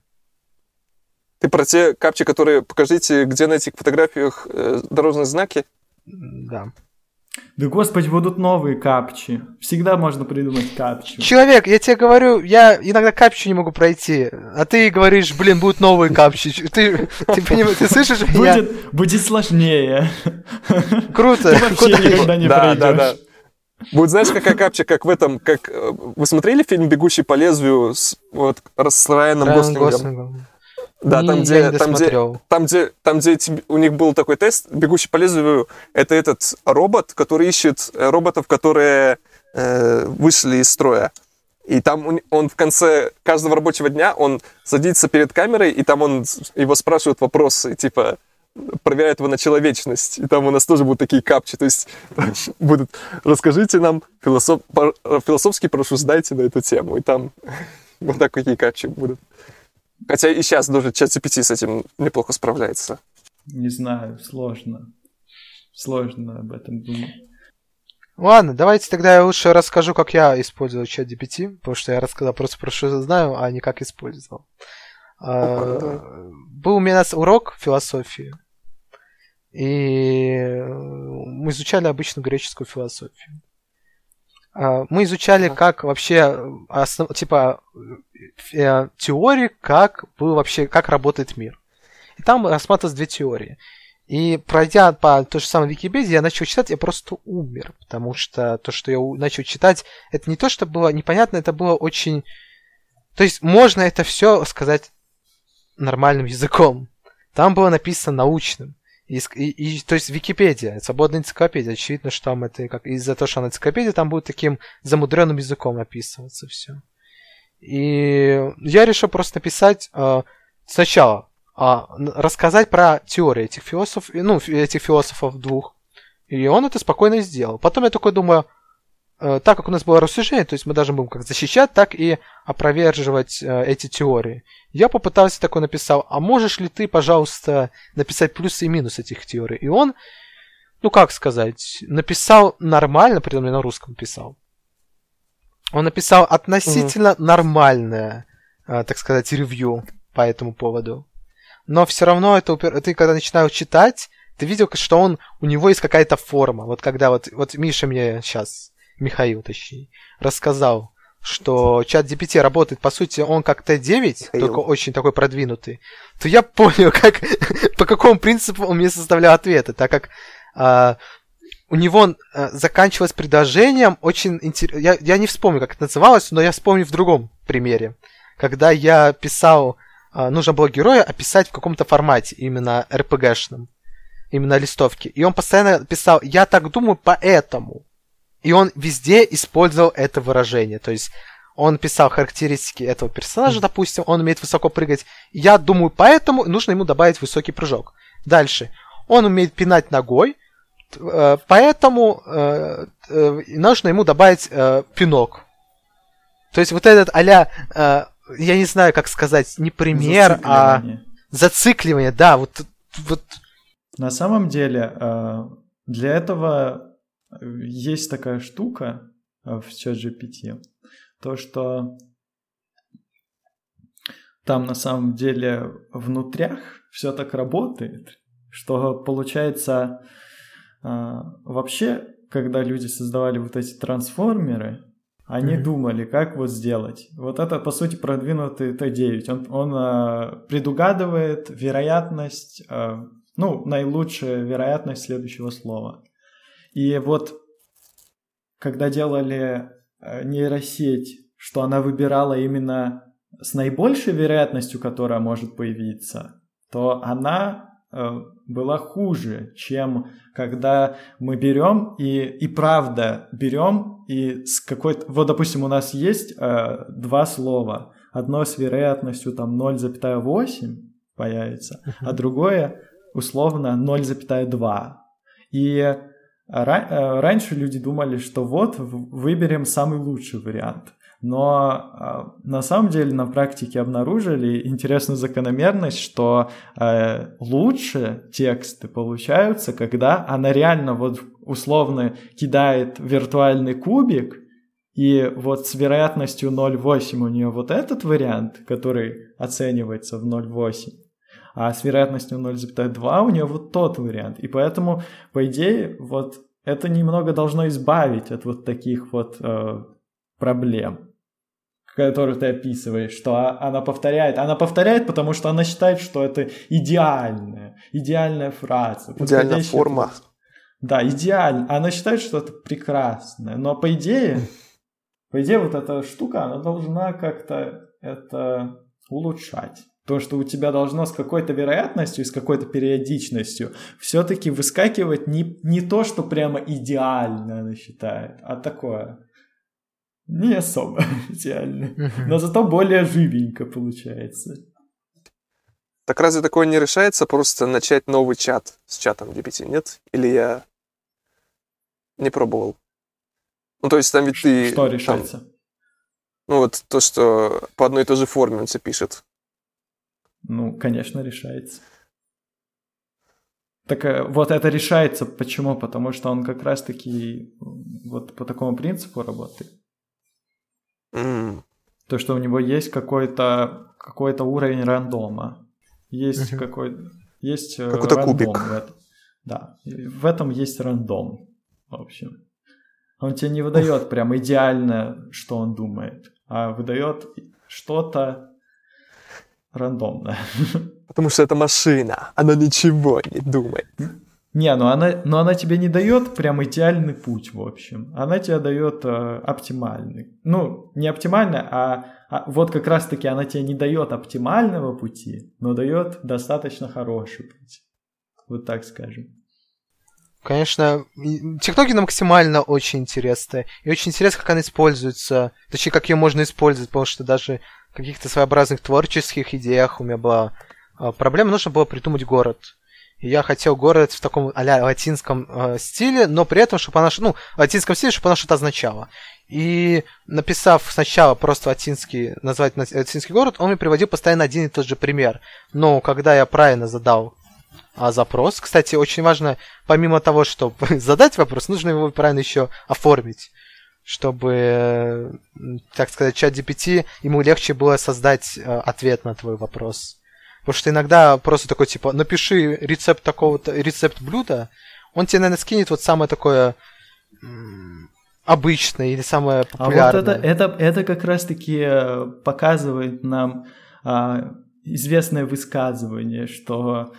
Ты про те капчи, которые, покажите, где на этих фотографиях дорожные знаки? Да. Да, господи, будут новые капчи. Всегда можно придумать капчу. Человек, я тебе говорю, я иногда капчу не могу пройти, а ты говоришь, будут новые капчи. Ты слышишь меня? Будет сложнее. Круто. Ты вообще никогда не пройдешь. Да. Будет, знаешь, какая капча, как в этом, вы смотрели фильм «Бегущий по лезвию» с Райаном Гослингом? Да, там, где у них был такой тест, «Бегущий по лезвию», это этот робот, который ищет роботов, которые вышли из строя. И там он в конце каждого рабочего дня, он садится перед камерой, и там его спрашивают вопросы, типа, проверяют его на человечность. И там у нас тоже будут такие капчи, то есть будут, расскажите нам, философски прошу, сдайте на эту тему. И там вот такие капчи будут. Хотя и сейчас даже ChatGPT с этим неплохо справляется. Не знаю, сложно. Сложно об этом думать. Ладно, давайте тогда я лучше расскажу, как я использовал ChatGPT, потому что я рассказал просто про что знаю, а не как использовал. Был у меня урок философии, и мы изучали обычную греческую философию. Мы изучали, как вообще, теории, как работает мир. И там рассматривалось две теории. И пройдя по той же самой Википедии, я начал читать, я просто умер. Потому что то, что я начал читать, это не то, что было непонятно, это было очень... То есть можно это все сказать нормальным языком. Там было написано научным. То есть Википедия, свободная энциклопедия, очевидно, что там это из-за того, что она энциклопедия, там будет таким замудренным языком описываться все. И я решил просто написать сначала, рассказать про теории этих философов двух. И он это спокойно сделал. Потом я такой думаю, так как у нас было рассуждение, то есть мы должны будем как защищать, так и опроверживать эти теории. Я попытался такой написал, а можешь ли ты, пожалуйста, написать плюсы и минусы этих теорий? И он ну как сказать, написал нормально, при этом я на русском писал. Он написал относительно нормальное, так сказать, ревью по этому поводу. Но все равно ты когда начинаешь читать, ты видел, что у него есть какая-то форма. Вот когда вот Миша мне сейчас, Михаил точнее, рассказал, что чат GPT работает, по сути, он как Т9, только очень такой продвинутый, то я понял, по какому принципу он мне составлял ответы, так как у него заканчивалось предложением очень интересно. Я не вспомню, как это называлось, но я вспомню в другом примере. Когда я писал, нужно было героя описать в каком-то формате, именно РПГшном, именно листовки. И он постоянно писал «я так думаю, поэтому». И он везде использовал это выражение. То есть он писал характеристики этого персонажа, допустим, он умеет высоко прыгать. Я думаю, поэтому нужно ему добавить высокий прыжок. Дальше. Он умеет пинать ногой, поэтому нужно ему добавить пинок. То есть вот этот а-ля, я не знаю, как сказать, не пример, а зацикливание. Да, вот. На самом деле, для этого есть такая штука в ChatGPT, то, что там на самом деле внутрях все так работает, что получается вообще, когда люди создавали вот эти трансформеры, они думали, как вот сделать. Вот это, по сути, продвинутый Т9. Он предугадывает вероятность, наилучшая вероятность следующего слова. И вот, когда делали нейросеть, что она выбирала именно с наибольшей вероятностью, которая может появиться, то она была хуже, чем когда мы берем и правда берем и с какой-то... Вот, допустим, у нас есть два слова. Одно с вероятностью там 0,8 появится, а другое условно 0,2. И раньше люди думали, что вот выберем самый лучший вариант. Но на самом деле на практике обнаружили интересную закономерность, что лучше тексты получаются, когда она реально вот условно кидает виртуальный кубик, и вот с вероятностью 0,8 у нее вот этот вариант, который оценивается в 0,8, а с вероятностью 0,2 у нее вот тот вариант. И поэтому, по идее, вот это немного должно избавить от вот таких вот проблем, которые ты описываешь, что она повторяет. Она повторяет, потому что она считает, что это идеальная фраза. Идеальная форма. Да, идеально. Она считает, что это прекрасно. Но по идее вот эта штука, она должна как-то это улучшать. То, что у тебя должно с какой-то вероятностью и с какой-то периодичностью все-таки выскакивать не то, что прямо идеально она считает, а такое не особо идеально. Но зато более живенько получается. Так разве такое не решается просто начать новый чат с чатом GPT, нет? Или я не пробовал? Ну, то есть там ведь ты... Что решается? Там, ну, вот то, что по одной и той же форме он тебе пишет. Ну, конечно, решается. Так вот это решается. Почему? Потому что он как раз-таки вот по такому принципу работает. То, что у него есть какой-то уровень рандома. Есть какой-то рандом кубик. в этом. Да, в этом есть рандом, в общем. Он тебе не выдает прям идеально, что он думает, а выдает что-то рандомное. Потому что это машина, она ничего не думает. Не, но она тебе не дает прям идеальный путь, в общем. Она тебе дает оптимальный. Ну, не оптимальный, а вот как раз-таки она тебе не дает оптимального пути, но дает достаточно хороший путь. Вот так скажем. Конечно, технология максимально очень интересная. И очень интересно, как она используется. Точнее, как ее можно использовать, потому что даже в каких-то своеобразных творческих идеях у меня была проблема. Нужно было придумать город. И я хотел город в таком а-ля латинском стиле, но при этом, чтобы она... Ну, в латинском стиле, чтобы она что-то означала. И написав сначала просто назвать латинский город, он мне приводил постоянно один и тот же пример. Но когда я правильно задал запрос. Кстати, очень важно, помимо того, чтобы задать вопрос, нужно его правильно еще оформить, чтобы, так сказать, ChatGPT, ему легче было создать ответ на твой вопрос. Потому что иногда просто такой, типа, напиши рецепт такого-то, рецепт блюда, он тебе, наверное, скинет вот самое такое обычное или самое популярное. А вот это как раз-таки показывает нам известное высказывание, что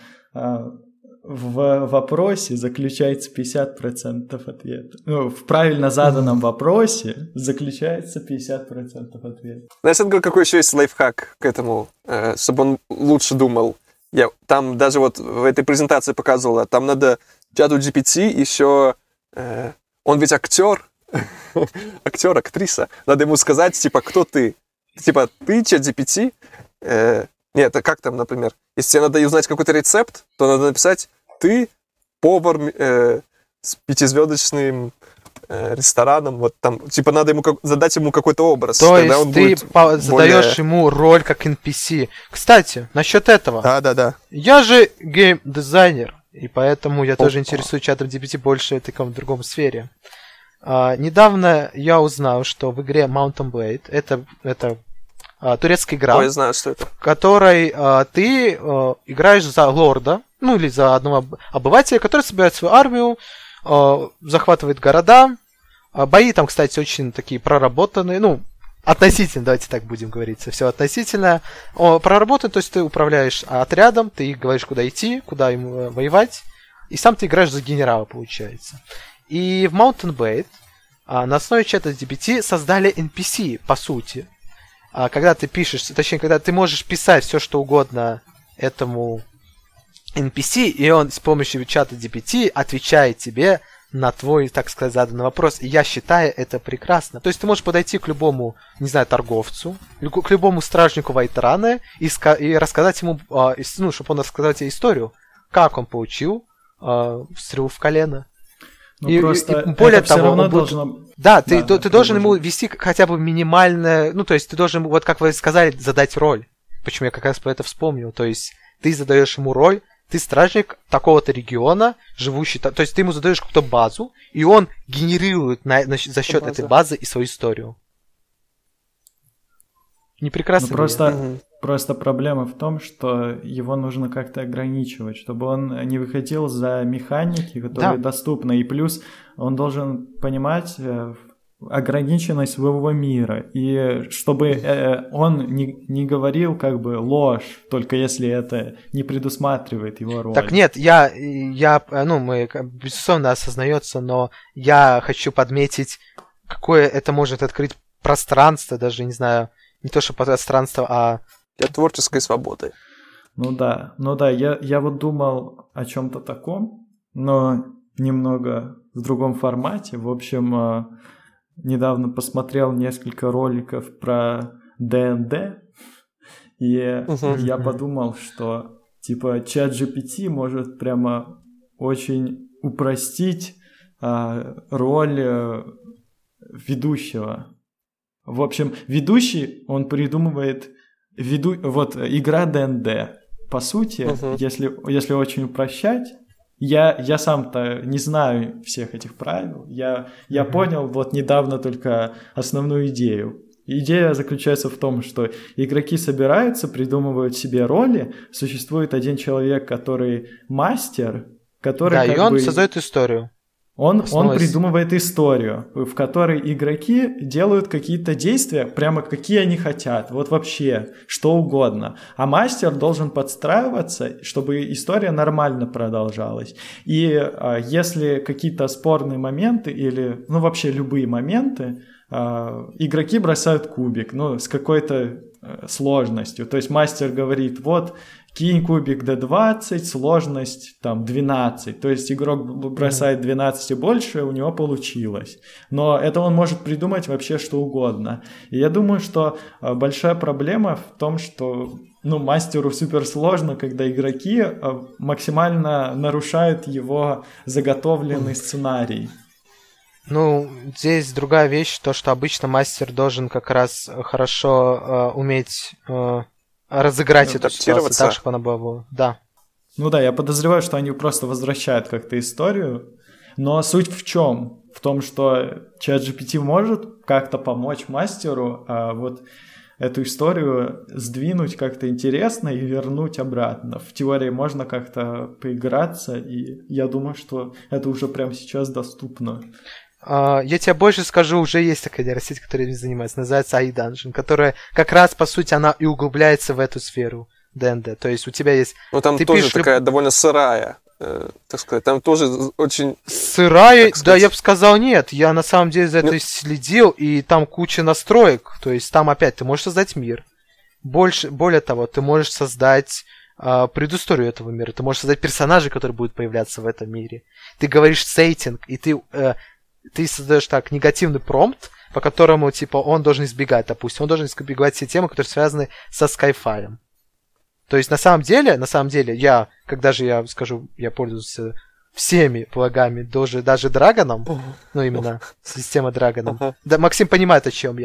в вопросе заключается 50% ответа. Ну, в правильно заданном вопросе заключается 50% ответа. Знаешь, какой еще есть лайфхак к этому, чтобы он лучше думал? Там даже вот в этой презентации показывала, там надо чату GPT еще... он ведь актер, актриса. Надо ему сказать, типа, кто ты? Типа, ты чат GPT? Нет, как там, например? Если тебе надо узнать какой-то рецепт, то надо написать «ты повар с 5-звездочным рестораном». Вот там, типа, надо ему задать ему какой-то образ. То есть ты задаешь ему роль как NPC. Кстати, насчет этого. Да. Я же гейм-дизайнер, и поэтому я тоже интересуюсь чатом GPT больше в таком другом сфере. Недавно я узнал, что в игре Mount & Blade, это турецкая игра, я знаю, что это. в которой ты играешь за лорда, ну или за одного обывателя, который собирает свою армию, захватывает города. Бои там, кстати, очень такие проработанные, ну, относительно, давайте так будем говорить, все относительно. Проработан, то есть ты управляешь отрядом, ты говоришь, куда идти, куда им воевать, и сам ты играешь за генерала, получается. И в Mount & Blade на основе чата GPT создали NPC, по сути. Когда ты пишешь, точнее, когда ты можешь писать все, что угодно этому NPC, и он с помощью чата GPT отвечает тебе на твой, так сказать, заданный вопрос. И я считаю это прекрасно. То есть ты можешь подойти к любому, не знаю, торговцу, к любому стражнику Вайтерана и рассказать ему, ну, чтобы он рассказал тебе историю, как он получил стрелу в колено. И более того, должно... Да, ты должен ему вести хотя бы минимальное... Ну, то есть ты должен, вот как вы сказали, задать роль. Почему я как раз про это вспомнил. То есть ты задаешь ему роль, ты стражник такого-то региона, живущий... То есть ты ему задаешь какую-то базу, и он генерирует за счет этой базы и свою историю. Не прекрасно. Просто проблема в том, что его нужно как-то ограничивать, чтобы он не выходил за механики, которые доступны. И плюс он должен понимать ограниченность своего мира. И чтобы он не говорил как бы ложь, только если это не предусматривает его роль. Так нет, мы, безусловно, осознается, но я хочу подметить, какое это может открыть пространство, даже, не знаю, не то что пространство, а... Для творческой свободы. Ну да, я вот думал о чем-то таком, но немного в другом формате. В общем, недавно посмотрел несколько роликов про ДНД, и я подумал, что типа ChatGPT может прямо очень упростить роль ведущего. В общем, ведущий, он придумывает... Вот игра ДНД, по сути, если очень упрощать, я сам-то не знаю всех этих правил, я понял вот недавно только основную идею. Идея заключается в том, что игроки собираются, придумывают себе роли, существует один человек, который мастер, который... Да, и он создает историю. Он придумывает историю, в которой игроки делают какие-то действия, прямо какие они хотят, вот вообще, что угодно. А мастер должен подстраиваться, чтобы история нормально продолжалась. И если какие-то спорные моменты или, ну, вообще любые моменты, игроки бросают кубик, ну, с какой-то сложностью. То есть мастер говорит, вот, кинь кубик D20, сложность там 12. То есть игрок бросает 12 и больше, у него получилось. Но это он может придумать вообще что угодно. И я думаю, что большая проблема в том, что мастеру супер сложно, когда игроки максимально нарушают его заготовленный сценарий. Ну, здесь другая вещь, то, что обычно мастер должен как раз хорошо уметь разыграть эту ситуацию так, чтобы она была... Да. Ну да, я подозреваю, что они просто возвращают как-то историю, но суть в чем? В том, что ChatGPT может как-то помочь мастеру, а вот эту историю сдвинуть как-то интересно и вернуть обратно. В теории можно как-то поиграться, и я думаю, что это уже прямо сейчас доступно. Я тебе больше скажу, уже есть такая нейросеть, которая этим занимается, называется iDungeon, которая как раз, по сути, она и углубляется в эту сферу ДНД. То есть у тебя есть... Ну, там ты тоже такая довольно сырая, так сказать, там тоже очень... Сырая? Да, я бы сказал, нет. Я на самом деле за это следил, и там куча настроек. То есть там опять ты можешь создать мир. Более того, ты можешь создать предысторию этого мира. Ты можешь создать персонажей, которые будут появляться в этом мире. Ты говоришь сеттинг, и ты создаешь так негативный промпт, по которому, типа, он должен избегать, допустим. Он должен избегать все темы, которые связаны со скайфаем. То есть, на самом деле, я пользуюсь всеми плагами, даже Драгоном, ну, именно система Драгоном. Да, Максим понимает, о чем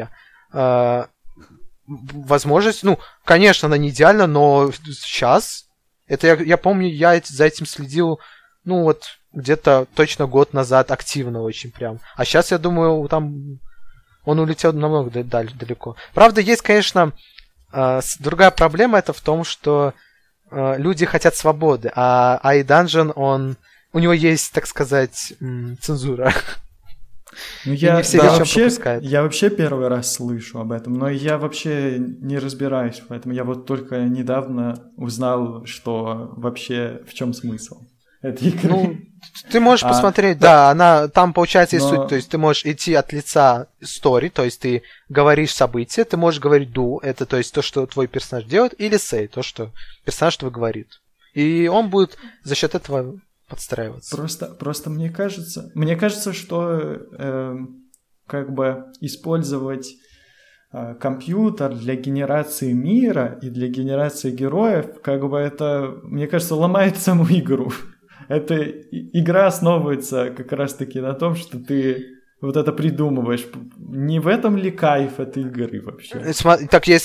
я. Возможность, ну, конечно, она не идеальна, но сейчас, это я помню, я за этим следил, ну, вот, где-то точно год назад активно очень прям. А сейчас, я думаю, там он улетел намного далеко. Правда, есть, конечно, другая проблема, это в том, что люди хотят свободы, а iDungeon, у него есть, так сказать, цензура. Ну, я вообще первый раз слышу об этом, но я вообще не разбираюсь в этом. Я вот только недавно узнал, что вообще в чем смысл этой игры. Ну, ты можешь посмотреть, да, она там, получается, есть суть, то есть ты можешь идти от лица story, то есть ты говоришь события, ты можешь говорить do, это то есть то, что твой персонаж делает, или say, то, что персонаж твой говорит. И он будет за счет этого подстраиваться. Просто мне кажется, что как бы использовать компьютер для генерации мира и для генерации героев, как бы это, мне кажется, ломает саму игру. Эта игра основывается как раз-таки на том, что ты вот это придумываешь. Не в этом ли кайф этой игры вообще? Так, есть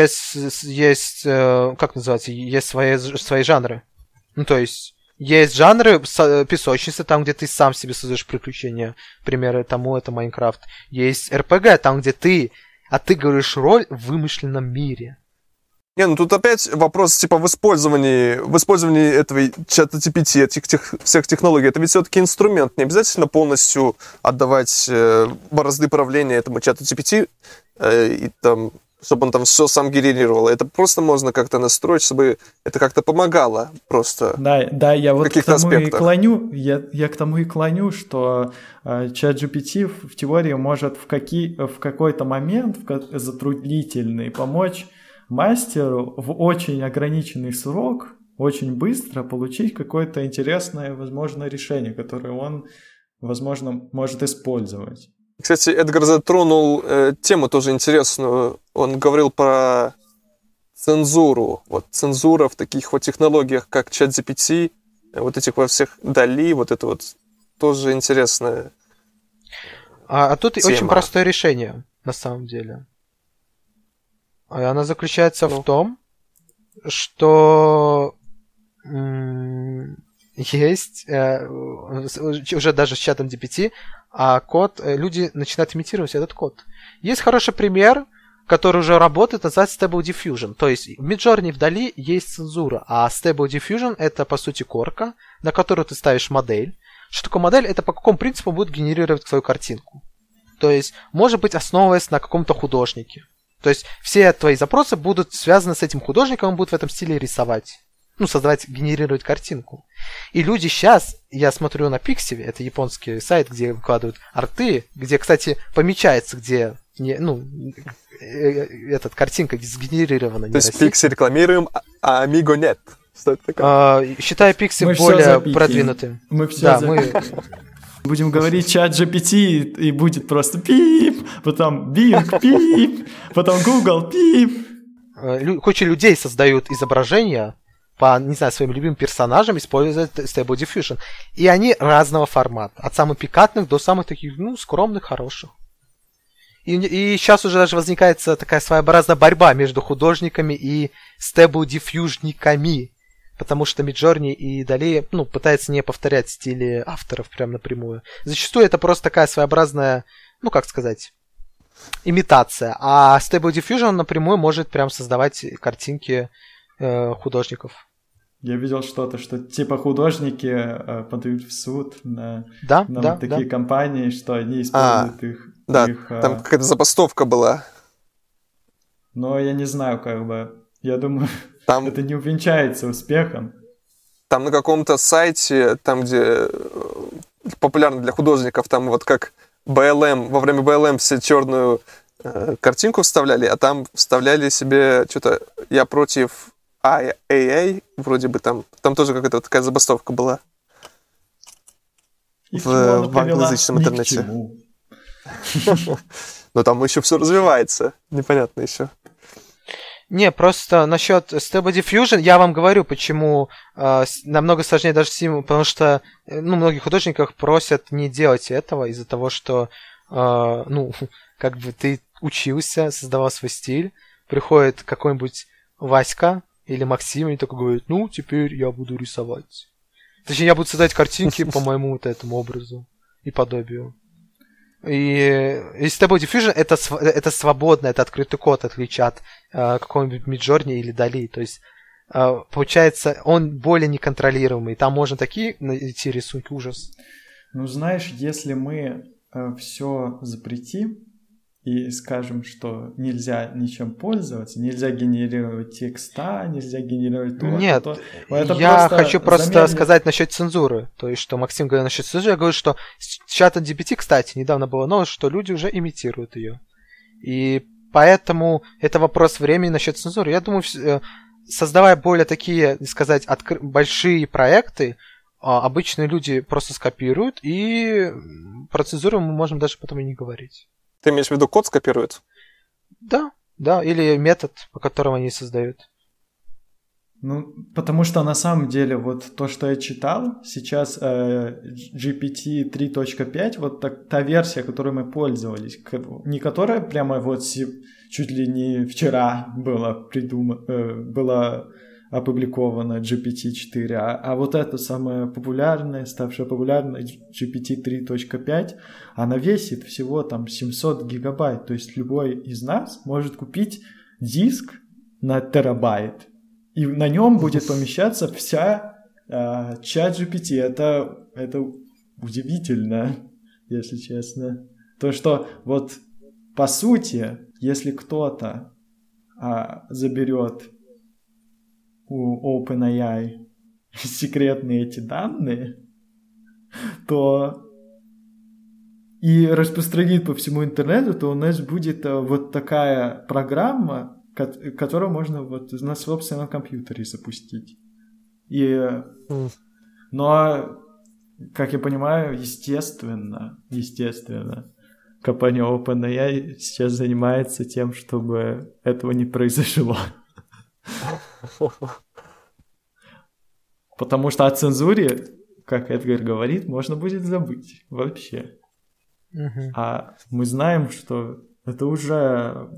как называется, есть свои жанры. Ну, то есть, есть жанры песочницы, там, где ты сам себе создаешь приключения. Примеры тому это Майнкрафт. Есть РПГ, там, где ты говоришь роль в вымышленном мире. Не, ну тут опять вопрос, типа, в использовании этого чата GPT, этих всех технологий. Это ведь все-таки инструмент. Не обязательно полностью отдавать борозды правления этому чату GPT, и там, чтобы он там все сам генерировал. Это просто можно как-то настроить, чтобы это как-то помогало просто. Да, я вот к тому аспектах. И клоню, я к тому и клоню, что чат GPT в теории может в какой-то момент затруднительный помочь мастеру в очень ограниченный срок, очень быстро получить какое-то интересное, возможно, решение, которое он, возможно, может использовать. Кстати, Эдгар затронул тему тоже интересную. Он говорил про цензуру. Вот цензура в таких вот технологиях, как ChatGPT, вот этих во всех DALL-E, вот это вот тоже интересное. А тут тема. Очень простое решение, на самом деле. Она заключается в том, что есть уже даже с чатом GPT, код, люди начинают имитировать этот код. Есть хороший пример, который уже работает, называется Stable Diffusion. То есть в Midjourney, в DALL-E есть цензура, а Stable Diffusion это по сути корка, на которую ты ставишь модель. Что такое модель? Это по какому принципу будет генерировать твою картинку. То есть, может быть, основываясь на каком-то художнике. То есть все твои запросы будут связаны с этим художником, он будет в этом стиле рисовать. Ну, создавать, генерировать картинку. И люди сейчас, я смотрю на Pixiv, это японский сайт, где выкладывают арты, где, кстати, помечается, где картинка сгенерирована. То есть Pixiv рекламируем, а Amigo нет. Что это такое? Считаю Pixiv более продвинутым. Мы все Будем говорить чат GPT, и будет просто пип, потом Bing, пип, потом Google, пип. Куча людей создают изображения по, не знаю, своим любимым персонажам, используя Stable Diffusion. И они разного формата. От самых пикантных до самых таких, скромных, хороших. И сейчас уже даже возникает такая своеобразная борьба между художниками и Stable Diffusionниками. потому что Midjourney и Dali, ну, пытаются не повторять стили авторов прям напрямую. Зачастую это просто такая своеобразная, ну, как сказать, имитация. А Stable Diffusion напрямую может прям создавать картинки художников. Я видел что-то, что типа художники подают в суд на такие компании, что они используют их. Да, там какая-то забастовка была. Но я не знаю, как бы. Я думаю, это не увенчается успехом. Там на каком-то сайте, там, где популярно для художников, там вот как BLM, во время BLM все черную картинку вставляли, а там вставляли себе что-то «Я против IAA», вроде бы там тоже какая-то такая забастовка была в англоязычном интернете. Но там еще все развивается, непонятно еще. Не, просто насчет Stable Diffusion я вам говорю, почему намного сложнее даже Steam, потому что многих художников просят не делать этого из-за того, что как бы ты учился, создавал свой стиль, приходит какой-нибудь Васька или Максим и такой говорит, теперь я буду рисовать. Точнее, я буду создать картинки по моему вот этому образу и подобию. И Stable Diffusion это свободно, это открытый код, в отличие от какого-нибудь Midjourney или Dali. То есть, получается, он более неконтролируемый. Там можно такие найти рисунки, ужас. Ну, знаешь, если мы все запретим и скажем, что нельзя ничем пользоваться, нельзя генерировать текста, нельзя генерировать то, нет, то, это я хочу просто сказать насчет цензуры. То есть, что Максим говорил насчет цензуры, я говорю, что с чата GPT, кстати, недавно было новость, что люди уже имитируют ее. И поэтому это вопрос времени насчет цензуры. Я думаю, создавая более такие, сказать, большие проекты, обычные люди просто скопируют, и про цензуру мы можем даже потом и не говорить. Ты имеешь в виду код скопируют? Да, или метод, по которому они создают. Ну, потому что на самом деле вот то, что я читал, сейчас GPT 3.5, вот та версия, которой мы пользовались, не которая прямо вот чуть ли не вчера была опубликована GPT-4, а вот эта самая популярная, ставшая популярной GPT 3.5, она весит всего там 700 гигабайт, то есть любой из нас может купить диск на терабайт, и на нем будет помещаться вся чат GPT. Это удивительно, если честно. То, что вот по сути, если кто-то заберет у OpenAI секретные эти данные, то и распространит по всему интернету, то у нас будет вот такая программа, которую можно вот на собственном компьютере запустить. Но, как я понимаю, естественно, компания OpenAI сейчас занимается тем, чтобы этого не произошло. Потому что о цензуре, как Эдгар говорит, можно будет забыть вообще. А мы знаем, что это уже...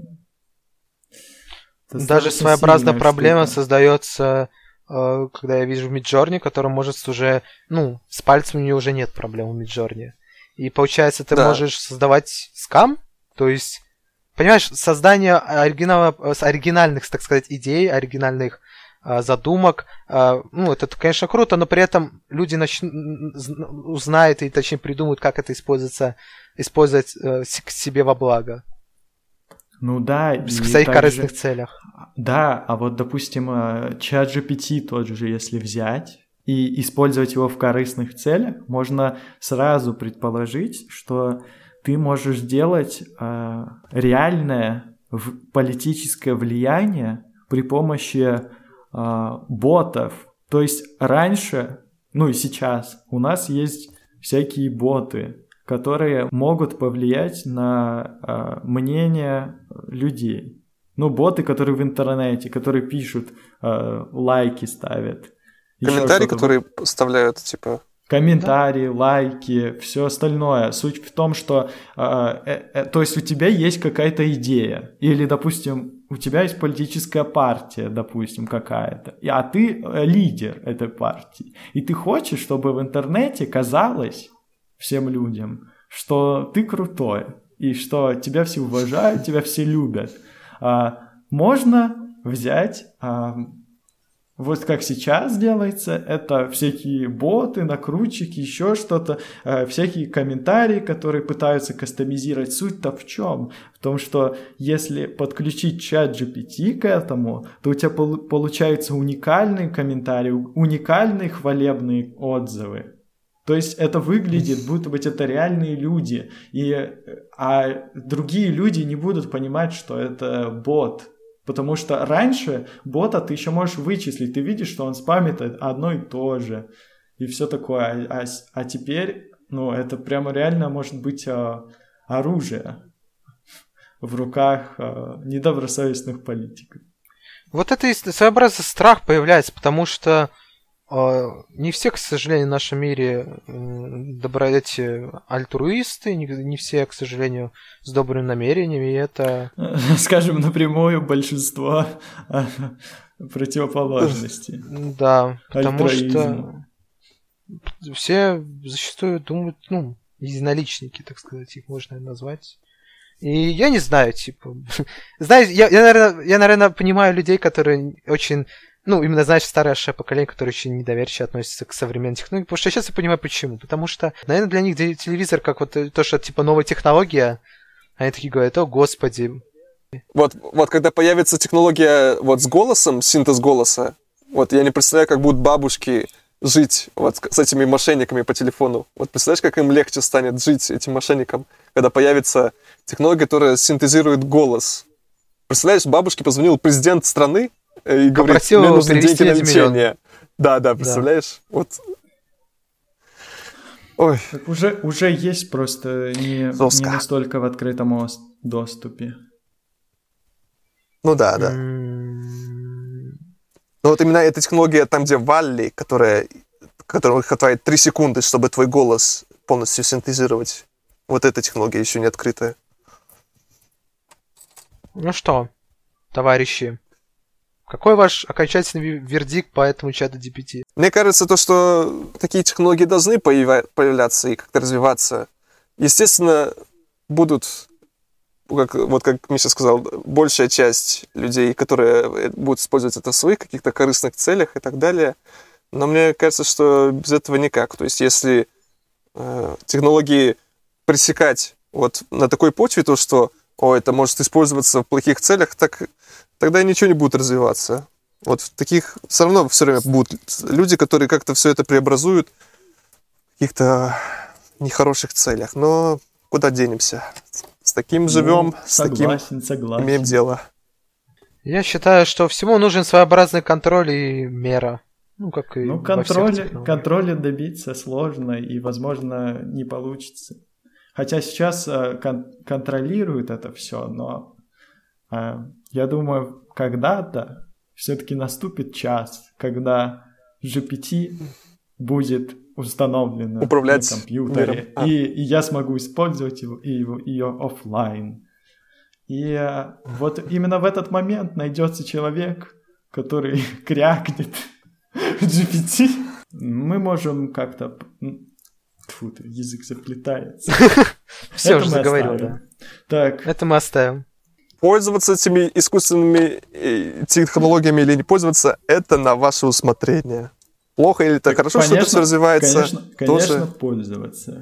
Даже своеобразная проблема создается, когда я вижу Midjourney, который может уже... с пальцем у нее уже нет проблем у Midjourney. И получается, ты можешь создавать скам, то есть... Понимаешь, создание оригинальных, так сказать, идей, оригинальных задумок, это, конечно, круто, но при этом люди узнают и, точнее, придумают, как это использовать к себе во благо. Ну да. В своих корыстных целях. Да, а вот, допустим, ChatGPT тот же, если взять и использовать его в корыстных целях, можно сразу предположить, что ты можешь делать реальное политическое влияние при помощи ботов. То есть раньше, и сейчас у нас есть всякие боты, которые могут повлиять на мнение людей. Боты, которые в интернете, которые пишут, лайки ставят. Комментарии, которые вставляют, типа... комментарии, лайки, все остальное. Суть в том, что то есть у тебя есть какая-то идея, или, допустим, у тебя есть политическая партия, допустим, какая-то, а ты лидер этой партии, и ты хочешь, чтобы в интернете казалось всем людям, что ты крутой, и что тебя все уважают, тебя все любят. Можно взять... Вот как сейчас делается, это всякие боты, накрутчики, еще что-то, всякие комментарии, которые пытаются кастомизировать. Суть-то в чем? В том, что если подключить чат GPT к этому, то у тебя получаются уникальные комментарии, уникальные хвалебные отзывы. То есть это выглядит, будто бы это реальные люди, а другие люди не будут понимать, что это бот. Потому что раньше бота ты еще можешь вычислить, ты видишь, что он спамит одно и то же, и все такое. А теперь, это прямо реально может быть оружие в руках недобросовестных политиков. Вот это и своеобразный страх появляется, потому что не все, к сожалению, в нашем мире эти альтруисты, не все, к сожалению, с добрыми намерениями, и это... Скажем напрямую, большинство противоположностей. Да, потому что все зачастую думают, единоличники, так сказать, их можно назвать. И я не знаю, знаешь, я, наверное, понимаю людей, которые очень... именно, знаешь, старшее поколение, которое очень недоверчиво относится к современным технологиям. Потому что сейчас я понимаю, почему. Потому что, наверное, для них телевизор, как вот то, что, новая технология, они такие говорят: о, господи. Вот когда появится технология с голосом, синтез голоса, я не представляю, как будут бабушки жить с этими мошенниками по телефону. Представляешь, как им легче станет жить, этим мошенникам, когда появится технология, которая синтезирует голос. Представляешь, бабушке позвонил президент страны, и говорит: мне нужны деньги на лечение. Да, представляешь? Ой. Так уже есть, просто не настолько в открытом доступе. Да. Но именно эта технология, там, где Валли, которая хватает 3 секунды, чтобы твой голос полностью синтезировать. Эта технология еще не открытая. Ну что, товарищи, какой ваш окончательный вердикт по этому чату GPT? Мне кажется, что такие технологии должны появляться и как-то развиваться. Естественно, будут, как Миша сказал, большая часть людей, которые будут использовать это в своих каких-то корыстных целях и так далее. Но мне кажется, что без этого никак. То есть, если технологии пресекать на такой почве, то что это может использоваться в плохих целях, тогда ничего не будет развиваться. В таких все равно все время будут люди, которые как-то все это преобразуют в каких-то нехороших целях. Но куда денемся? С таким живем, с таким имеем дело. Я считаю, что всему нужен своеобразный контроль и мера. Как и контроля добиться сложно и, возможно, не получится. Хотя сейчас контролируют это все, но я думаю, когда-то все-таки наступит час, когда GPT будет установлено управлять на компьютере, и я смогу использовать ее офлайн. И именно в этот момент найдется человек, который крякнет в GPT. Мы можем как-то... Фу, язык заплетается. Все уже заговорил, да. Так. Это мы оставим. Пользоваться этими искусственными технологиями или не пользоваться, это на ваше усмотрение. Плохо или это хорошо, что это все развивается? Конечно, пользоваться.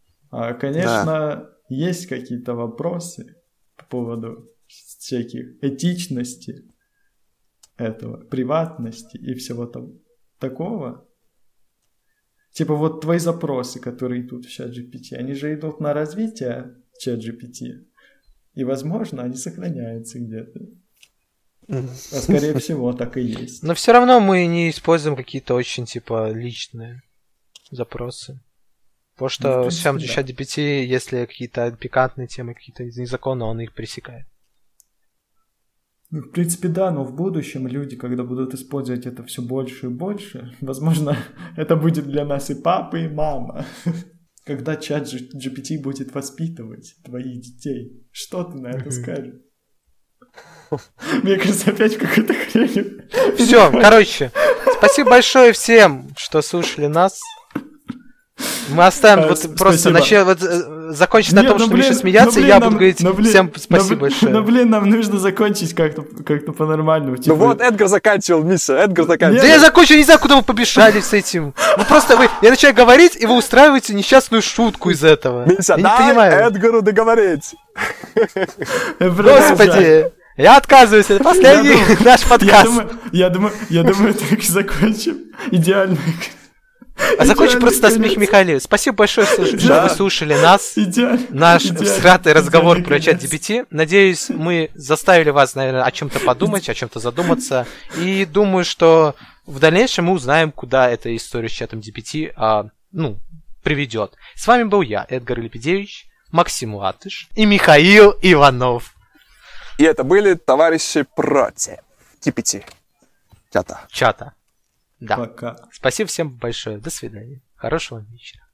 Конечно, есть какие-то вопросы по поводу всяких этичности этого, приватности и всего такого. Типа твои запросы, которые идут в чат GPT, они же идут на развитие чат GPT. И, возможно, они сохраняются где-то. А скорее всего, так и есть. Но все равно мы не используем какие-то очень, личные запросы. Потому что сам чат GPT, если какие-то пикантные темы, какие-то незаконные, он их пресекает. Ну, в принципе, да, но в будущем люди, когда будут использовать это все больше и больше, возможно, это будет для нас и папа, и мама. Когда чат GPT будет воспитывать твоих детей, что ты на это скажешь? Мне кажется, опять в какой-то хрень. Все, короче, спасибо большое всем, что слушали нас. Мы оставим вот просто закончить на том, что Миша смеяться, и я буду говорить всем спасибо большое. Ну, блин, нам нужно закончить как-то по-нормальному. Ну вот, Эдгар заканчивал, Миша, Эдгар заканчивал. Да я закончу, не знаю, куда вы побежали с этим. Ну просто я начинаю говорить, и вы устраиваете несчастную шутку из этого. Миша, я не дай понимаю. Эдгару договорить. Господи, я отказываюсь, это последний наш подкаст. Я думаю, так и закончим. Идеально. А закончим просто с Михаилом. Спасибо большое, что вы слушали нас. Наш всратый разговор про чат GPT. Надеюсь, мы заставили вас, наверное, о чем-то подумать, о чем-то задуматься. И думаю, что в дальнейшем мы узнаем, куда эта история с чатом GPT приведет. С вами был я, Эдгар Лебедевич, Максим Латыш и Михаил Иванов. И это были товарищи против GPT. Чата. Да. Пока. Спасибо всем большое. До свидания. Хорошего вечера.